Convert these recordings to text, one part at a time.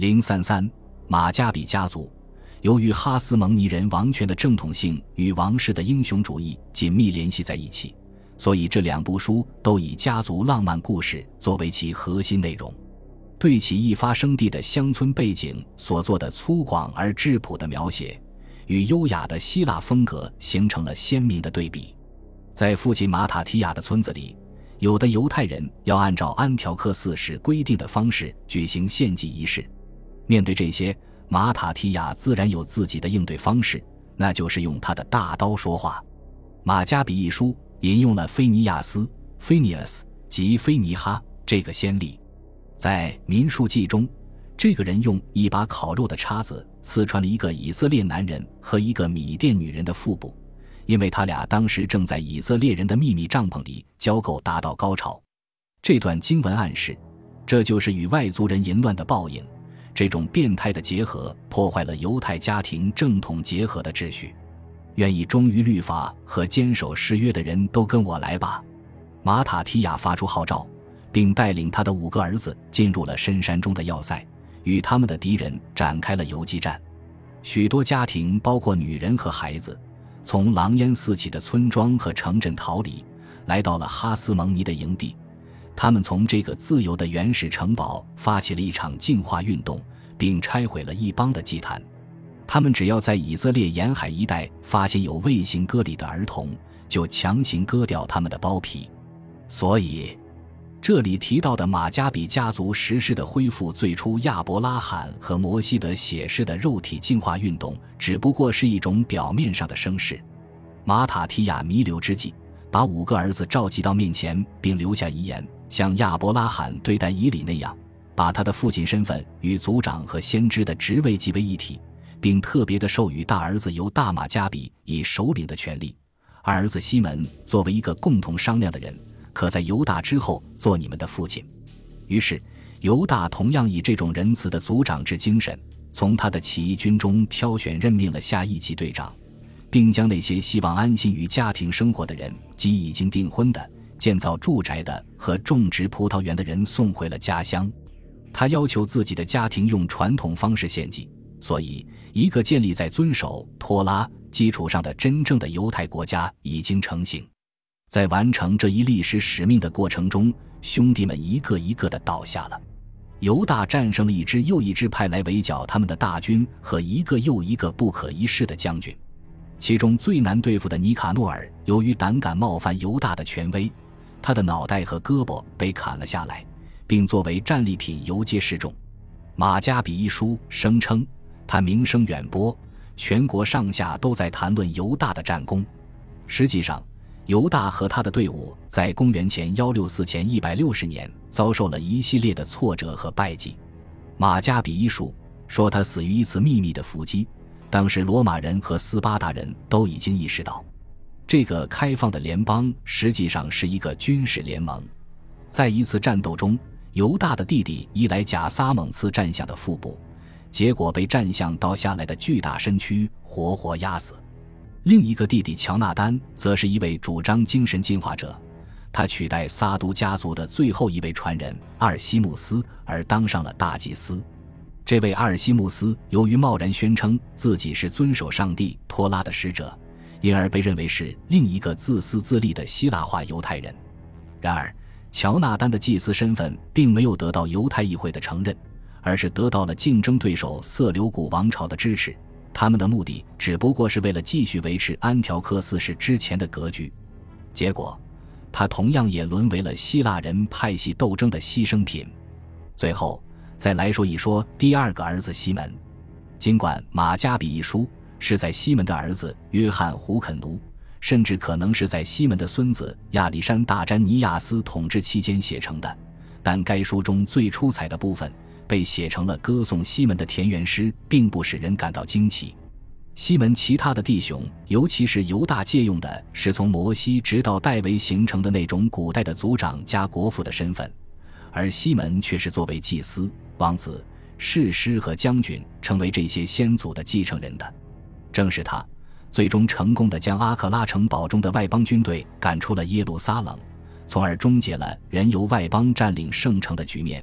033马加比家族。由于哈斯蒙尼人王权的正统性与王室的英雄主义紧密联系在一起，所以这2部书都以家族浪漫故事作为其核心内容。对起义发生地的乡村背景所做的粗犷而质朴的描写，与优雅的希腊风格形成了鲜明的对比。在父亲马塔提亚的村子里，有的犹太人要按照安条克四世规定的方式举行献祭仪式。面对这些，马塔提亚自然有自己的应对方式，那就是用他的大刀说话。马加比一书引用了菲尼亚斯 Phineas 及菲尼哈这个先例。在民数记中，这个人用一把烤肉的叉子刺穿了一个以色列男人和一个米甸女人的腹部，因为他俩当时正在以色列人的秘密帐篷里交媾达到高潮。这段经文暗示，这就是与外族人淫乱的报应。这种变态的结合破坏了犹太家庭正统结合的秩序。愿意忠于律法和坚守誓约的人都跟我来吧。马塔提亚发出号召，并带领他的5个儿子进入了深山中的要塞，与他们的敌人展开了游击战。许多家庭，包括女人和孩子，从狼烟四起的村庄和城镇逃离，来到了哈斯蒙尼的营地。他们从这个自由的原始城堡发起了一场净化运动，并拆毁了一帮的祭坛。他们只要在以色列沿海一带发现有未行割礼的儿童，就强行割掉他们的包皮。所以这里提到的马加比家族实施的恢复最初亚伯拉罕和摩西德写诗的肉体净化运动，只不过是一种表面上的声势。马塔提亚弥留之际，把5个儿子召集到面前，并留下遗言，像亚伯拉罕对待以利那样，把他的父亲身份与族长和先知的职位集为一体，并特别的授予大儿子犹大马加比以首领的权利，二儿子西门作为一个共同商量的人，可在犹大之后做你们的父亲。于是犹大同样以这种仁慈的族长制精神，从他的起义军中挑选任命了下一级队长，并将那些希望安心于家庭生活的人及已经订婚的、建造住宅的和种植葡萄园的人送回了家乡。他要求自己的家庭用传统方式献祭，所以一个建立在遵守托拉基础上的真正的犹太国家已经成型。在完成这一历史使命的过程中，兄弟们一个一个地倒下了。犹大战胜了一支又一支派来围剿他们的大军和一个又一个不可一世的将军。其中最难对付的尼卡诺尔，由于胆敢冒犯犹大的权威，他的脑袋和胳膊被砍了下来，并作为战利品游街示众。马加比一书声称他名声远播，全国上下都在谈论犹大的战功。实际上犹大和他的队伍在公元前164前160年遭受了一系列的挫折和败绩。马加比一书说他死于一次秘密的伏击，当时罗马人和斯巴达人都已经意识到，这个开放的联邦实际上是一个军事联盟。在一次战斗中，犹大的弟弟伊莱贾撒猛刺战象的腹部，结果被战象倒下来的巨大身躯活活压死。另一个弟弟乔纳丹则是一位主张精神进化者，他取代撒都家族的最后一位传人阿尔西穆斯而当上了大祭司。这位阿尔西穆斯由于贸然宣称自己是遵守上帝托拉的使者，因而被认为是另一个自私自利的希腊化犹太人。然而乔纳丹的祭司身份并没有得到犹太议会的承认，而是得到了竞争对手色流古王朝的支持。他们的目的只不过是为了继续维持安条克四世之前的格局。结果他同样也沦为了希腊人派系斗争的牺牲品。最后再来说一说第二个儿子西门。尽管马加比一书是在西门的儿子约翰胡肯奴，甚至可能是在西门的孙子亚历山大詹尼亚斯统治期间写成的，但该书中最出彩的部分被写成了歌颂西门的田园诗，并不使人感到惊奇。西门其他的弟兄，尤其是犹大借用的是从摩西直到戴维形成的那种古代的族长加国父的身份，而西门却是作为祭司、王子、士师和将军成为这些先祖的继承人的。正是他最终成功地将阿克拉城堡中的外邦军队赶出了耶路撒冷，从而终结了人由外邦占领圣城的局面，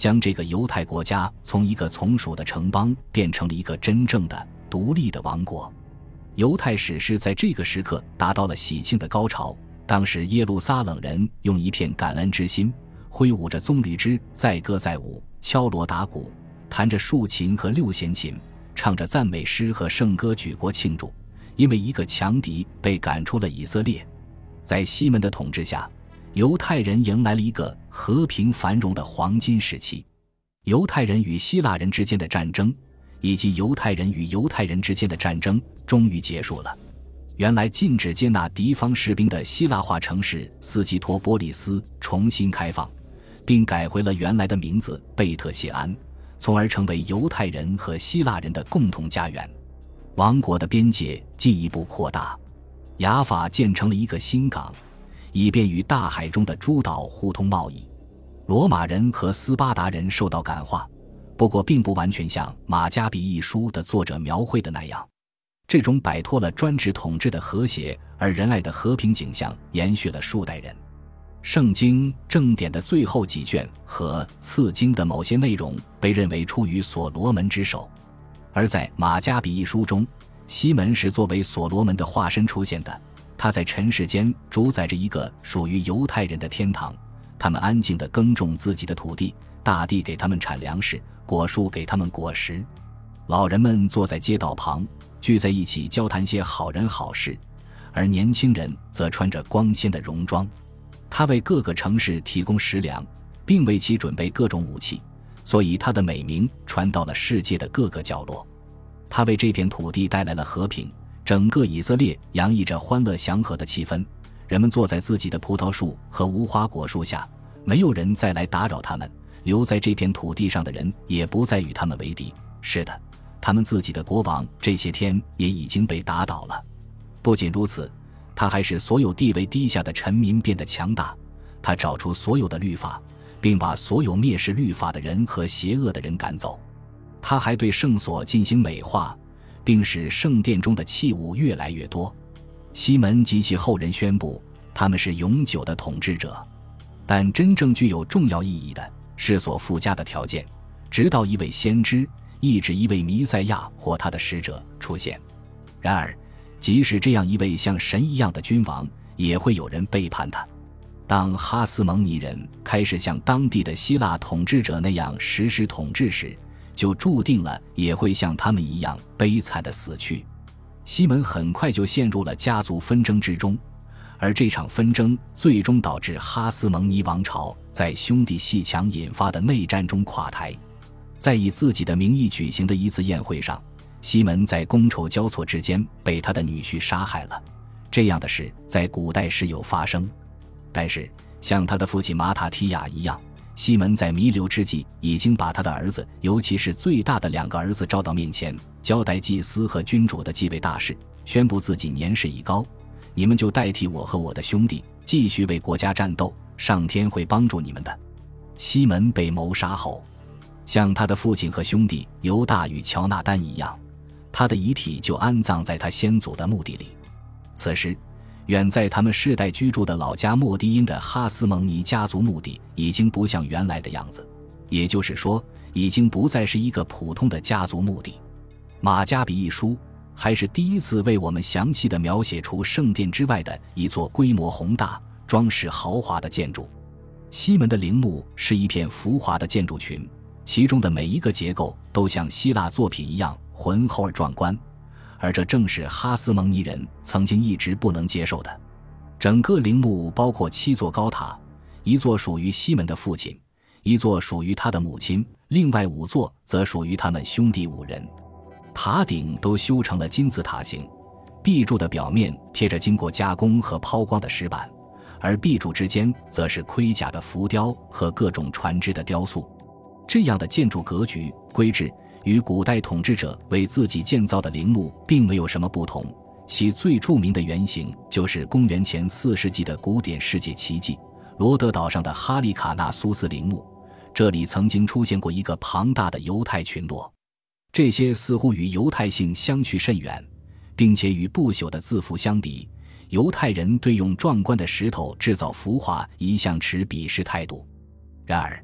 将这个犹太国家从一个从属的城邦变成了一个真正的独立的王国。犹太史诗在这个时刻达到了喜庆的高潮，当时耶路撒冷人用一片感恩之心，挥舞着棕榈枝，载歌载舞，敲锣打鼓，弹着竖琴和六弦琴，唱着赞美诗和圣歌，举国庆祝，因为一个强敌被赶出了以色列。在西门的统治下，犹太人迎来了一个和平繁荣的黄金时期。犹太人与希腊人之间的战争，以及犹太人与犹太人之间的战争终于结束了。原来禁止接纳敌方士兵的希腊化城市斯基托波利斯重新开放，并改回了原来的名字贝特谢安，从而成为犹太人和希腊人的共同家园。王国的边界进一步扩大，雅法建成了一个新港，以便与大海中的诸岛互通贸易。罗马人和斯巴达人受到感化，不过并不完全像《马加比一书》的作者描绘的那样。这种摆脱了专制统治的和谐而仁爱的和平景象延续了数代人。圣经正典的最后几卷和次经的某些内容被认为出于所罗门之手，而在《马加比一书》中，西门是作为所罗门的化身出现的。他在尘世间主宰着一个属于犹太人的天堂，他们安静地耕种自己的土地，大地给他们产粮食，果树给他们果实。老人们坐在街道旁，聚在一起交谈些好人好事，而年轻人则穿着光鲜的戎装。他为各个城市提供食粮，并为其准备各种武器，所以他的美名传到了世界的各个角落。他为这片土地带来了和平，整个以色列洋溢着欢乐祥和的气氛，人们坐在自己的葡萄树和无花果树下，没有人再来打扰他们，留在这片土地上的人也不再与他们为敌。是的，他们自己的国王这些天也已经被打倒了。不仅如此，他还使所有地位低下的臣民变得强大，他找出所有的律法，并把所有蔑视律法的人和邪恶的人赶走。他还对圣所进行美化，并使圣殿中的器物越来越多。西门及其后人宣布他们是永久的统治者，但真正具有重要意义的是所附加的条件，直到一位先知，意指一位弥赛亚或他的使者出现。然而即使这样一位像神一样的君王，也会有人背叛他。当哈斯蒙尼人开始像当地的希腊统治者那样实施统治时，就注定了也会像他们一样悲惨的死去。西门很快就陷入了家族纷争之中，而这场纷争最终导致哈斯蒙尼王朝在兄弟阋墙引发的内战中垮台。在以自己的名义举行的一次宴会上，西门在觥筹交错之间被他的女婿杀害了。这样的事在古代时有发生，但是像他的父亲马塔提亚一样，西门在弥留之际已经把他的儿子，尤其是最大的2个儿子召到面前，交代祭司和君主的继位大事，宣布自己年事已高，你们就代替我和我的兄弟继续为国家战斗，上天会帮助你们的。西门被谋杀后，像他的父亲和兄弟犹大与乔纳丹一样，他的遗体就安葬在他先祖的墓地里。此时远在他们世代居住的老家莫迪因的哈斯蒙尼家族墓地已经不像原来的样子，也就是说已经不再是一个普通的家族墓地。马加比一书还是第一次为我们详细地描写出圣殿之外的一座规模宏大、装饰豪华的建筑。西门的陵墓是一片浮华的建筑群，其中的每一个结构都像希腊作品一样浑厚而壮观，而这正是哈斯蒙尼人曾经一直不能接受的。整个陵墓包括7座高塔，一座属于西门的父亲，一座属于他的母亲，另外5座则属于他们兄弟5人。塔顶都修成了金字塔形，壁柱的表面贴着经过加工和抛光的石板，而壁柱之间则是盔甲的浮雕和各种船只的雕塑。这样的建筑格局规制与古代统治者为自己建造的陵墓并没有什么不同，其最著名的原型就是公元前4世纪的古典世界奇迹罗德岛上的哈利卡纳苏斯陵墓。这里曾经出现过一个庞大的犹太群落，这些似乎与犹太性相去甚远，并且与不朽的字符相比，犹太人对用壮观的石头制造符画一向持鄙视态度。然而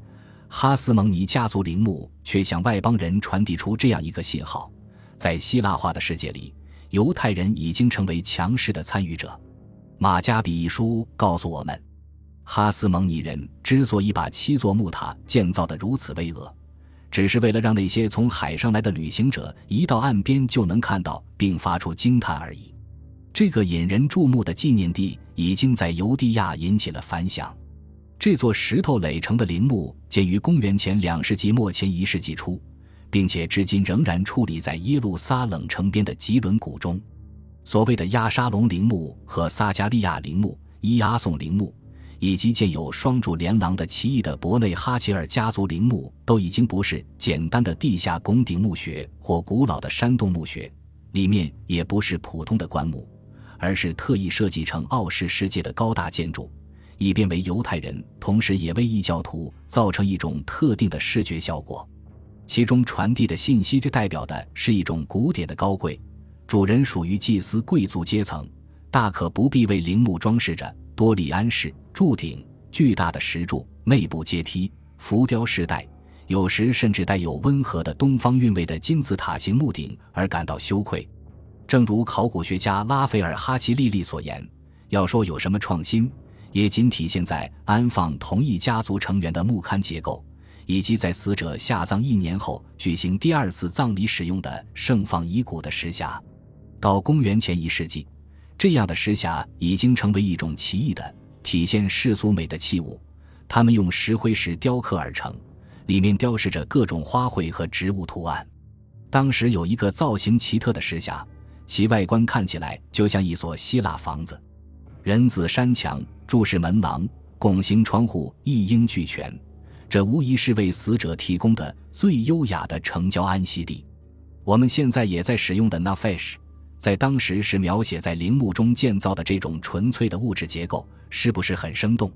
哈斯蒙尼家族陵墓却向外邦人传递出这样一个信号：在希腊化的世界里，犹太人已经成为强势的参与者。马加比一书告诉我们，哈斯蒙尼人之所以把7座木塔建造得如此巍峨，只是为了让那些从海上来的旅行者一到岸边就能看到并发出惊叹而已。这个引人注目的纪念地已经在犹地亚引起了反响。这座石头垒成的陵墓建于公元前2世纪末前1世纪初，并且至今仍然矗立在耶路撒冷城边的吉伦谷中。所谓的亚沙龙陵墓和撒加利亚陵墓、伊阿宋陵墓，以及建有双柱连廊的奇异的伯内哈切尔家族陵墓，都已经不是简单的地下拱顶墓穴或古老的山洞墓穴，里面也不是普通的棺木，而是特意设计成傲视世界的高大建筑，以便为犹太人同时也为异教徒造成一种特定的视觉效果。其中传递的信息代表的是一种古典的高贵，主人属于祭司贵族阶层，大可不必为陵墓装饰着多利安式柱顶、巨大的石柱、内部阶梯、浮雕饰带，有时甚至带有温和的东方韵味的金字塔形墓顶而感到羞愧。正如考古学家拉斐尔·哈奇利利所言，要说有什么创新，也仅体现在安放同一家族成员的墓龛结构，以及在死者下葬1年后举行第2次葬礼使用的盛放遗骨的石匣。到公元前1世纪，这样的石匣已经成为一种奇异的体现世俗美的器物，它们用石灰石雕刻而成，里面雕饰着各种花卉和植物图案。当时有一个造型奇特的石匣，其外观看起来就像一所希腊房子，人字山墙、柱式门廊、拱形窗户一应俱全，这无疑是为死者提供的最优雅的城郊安息地。我们现在也在使用的 Nafesh， 在当时是描写在陵墓中建造的这种纯粹的物质结构，是不是很生动？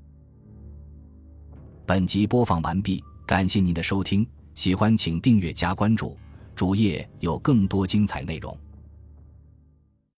本集播放完毕，感谢您的收听，喜欢请订阅加关注，主页有更多精彩内容。